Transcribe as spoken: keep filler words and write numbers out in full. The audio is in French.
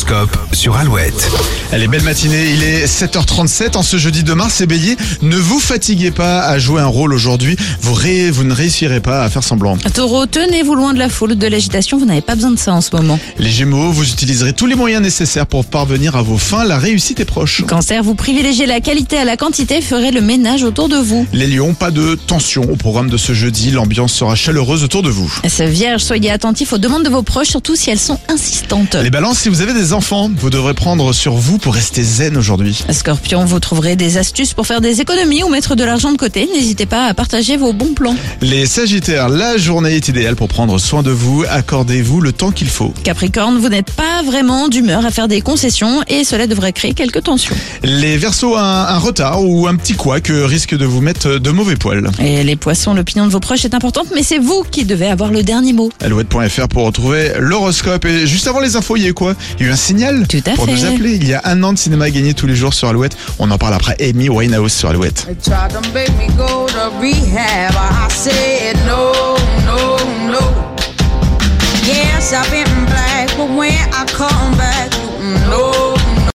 L'horoscope sur Alouette. Allez, belle matinée, il est sept heures trente-sept en ce jeudi de mars et Bélier, ne vous fatiguez pas à jouer un rôle aujourd'hui, vous, ré... vous ne réussirez pas à faire semblant. Taureau, tenez-vous loin de la foule, de l'agitation, vous n'avez pas besoin de ça en ce moment. Les Gémeaux, vous utiliserez tous les moyens nécessaires pour parvenir à vos fins, la réussite est proche. Cancer, vous privilégiez la qualité à la quantité, ferez le ménage autour de vous. Les Lions, pas de tension au programme de ce jeudi, l'ambiance sera chaleureuse autour de vous. Ce Vierge, soyez attentifs aux demandes de vos proches, surtout si elles sont insistantes. Les Balances, si vous avez des enfants, vous devrez prendre sur vous pour rester zen aujourd'hui. Scorpion, vous trouverez des astuces pour faire des économies ou mettre de l'argent de côté. N'hésitez pas à partager vos bons plans. Les Sagittaires, la journée est idéale pour prendre soin de vous, accordez-vous le temps qu'il faut. Capricorne, vous n'êtes pas vraiment d'humeur à faire des concessions et cela devrait créer quelques tensions. Les Verseaux, un, un retard ou un petit couac risque de vous mettre de mauvais poils. Et les Poissons, l'opinion de vos proches est importante, mais c'est vous qui devez avoir le dernier mot. Alouette point F R pour retrouver l'horoscope. Et juste avant les infos, il y a quoi? Il y a eu un signal Tout à pour fait. nous appeler. Il y a un an de cinéma gagné tous les jours sur Alouette. On en parle après Amy Winehouse sur Alouette. They tried to make me go to rehab. I said no, no, no. Yes, I've been black, but when I come back, no.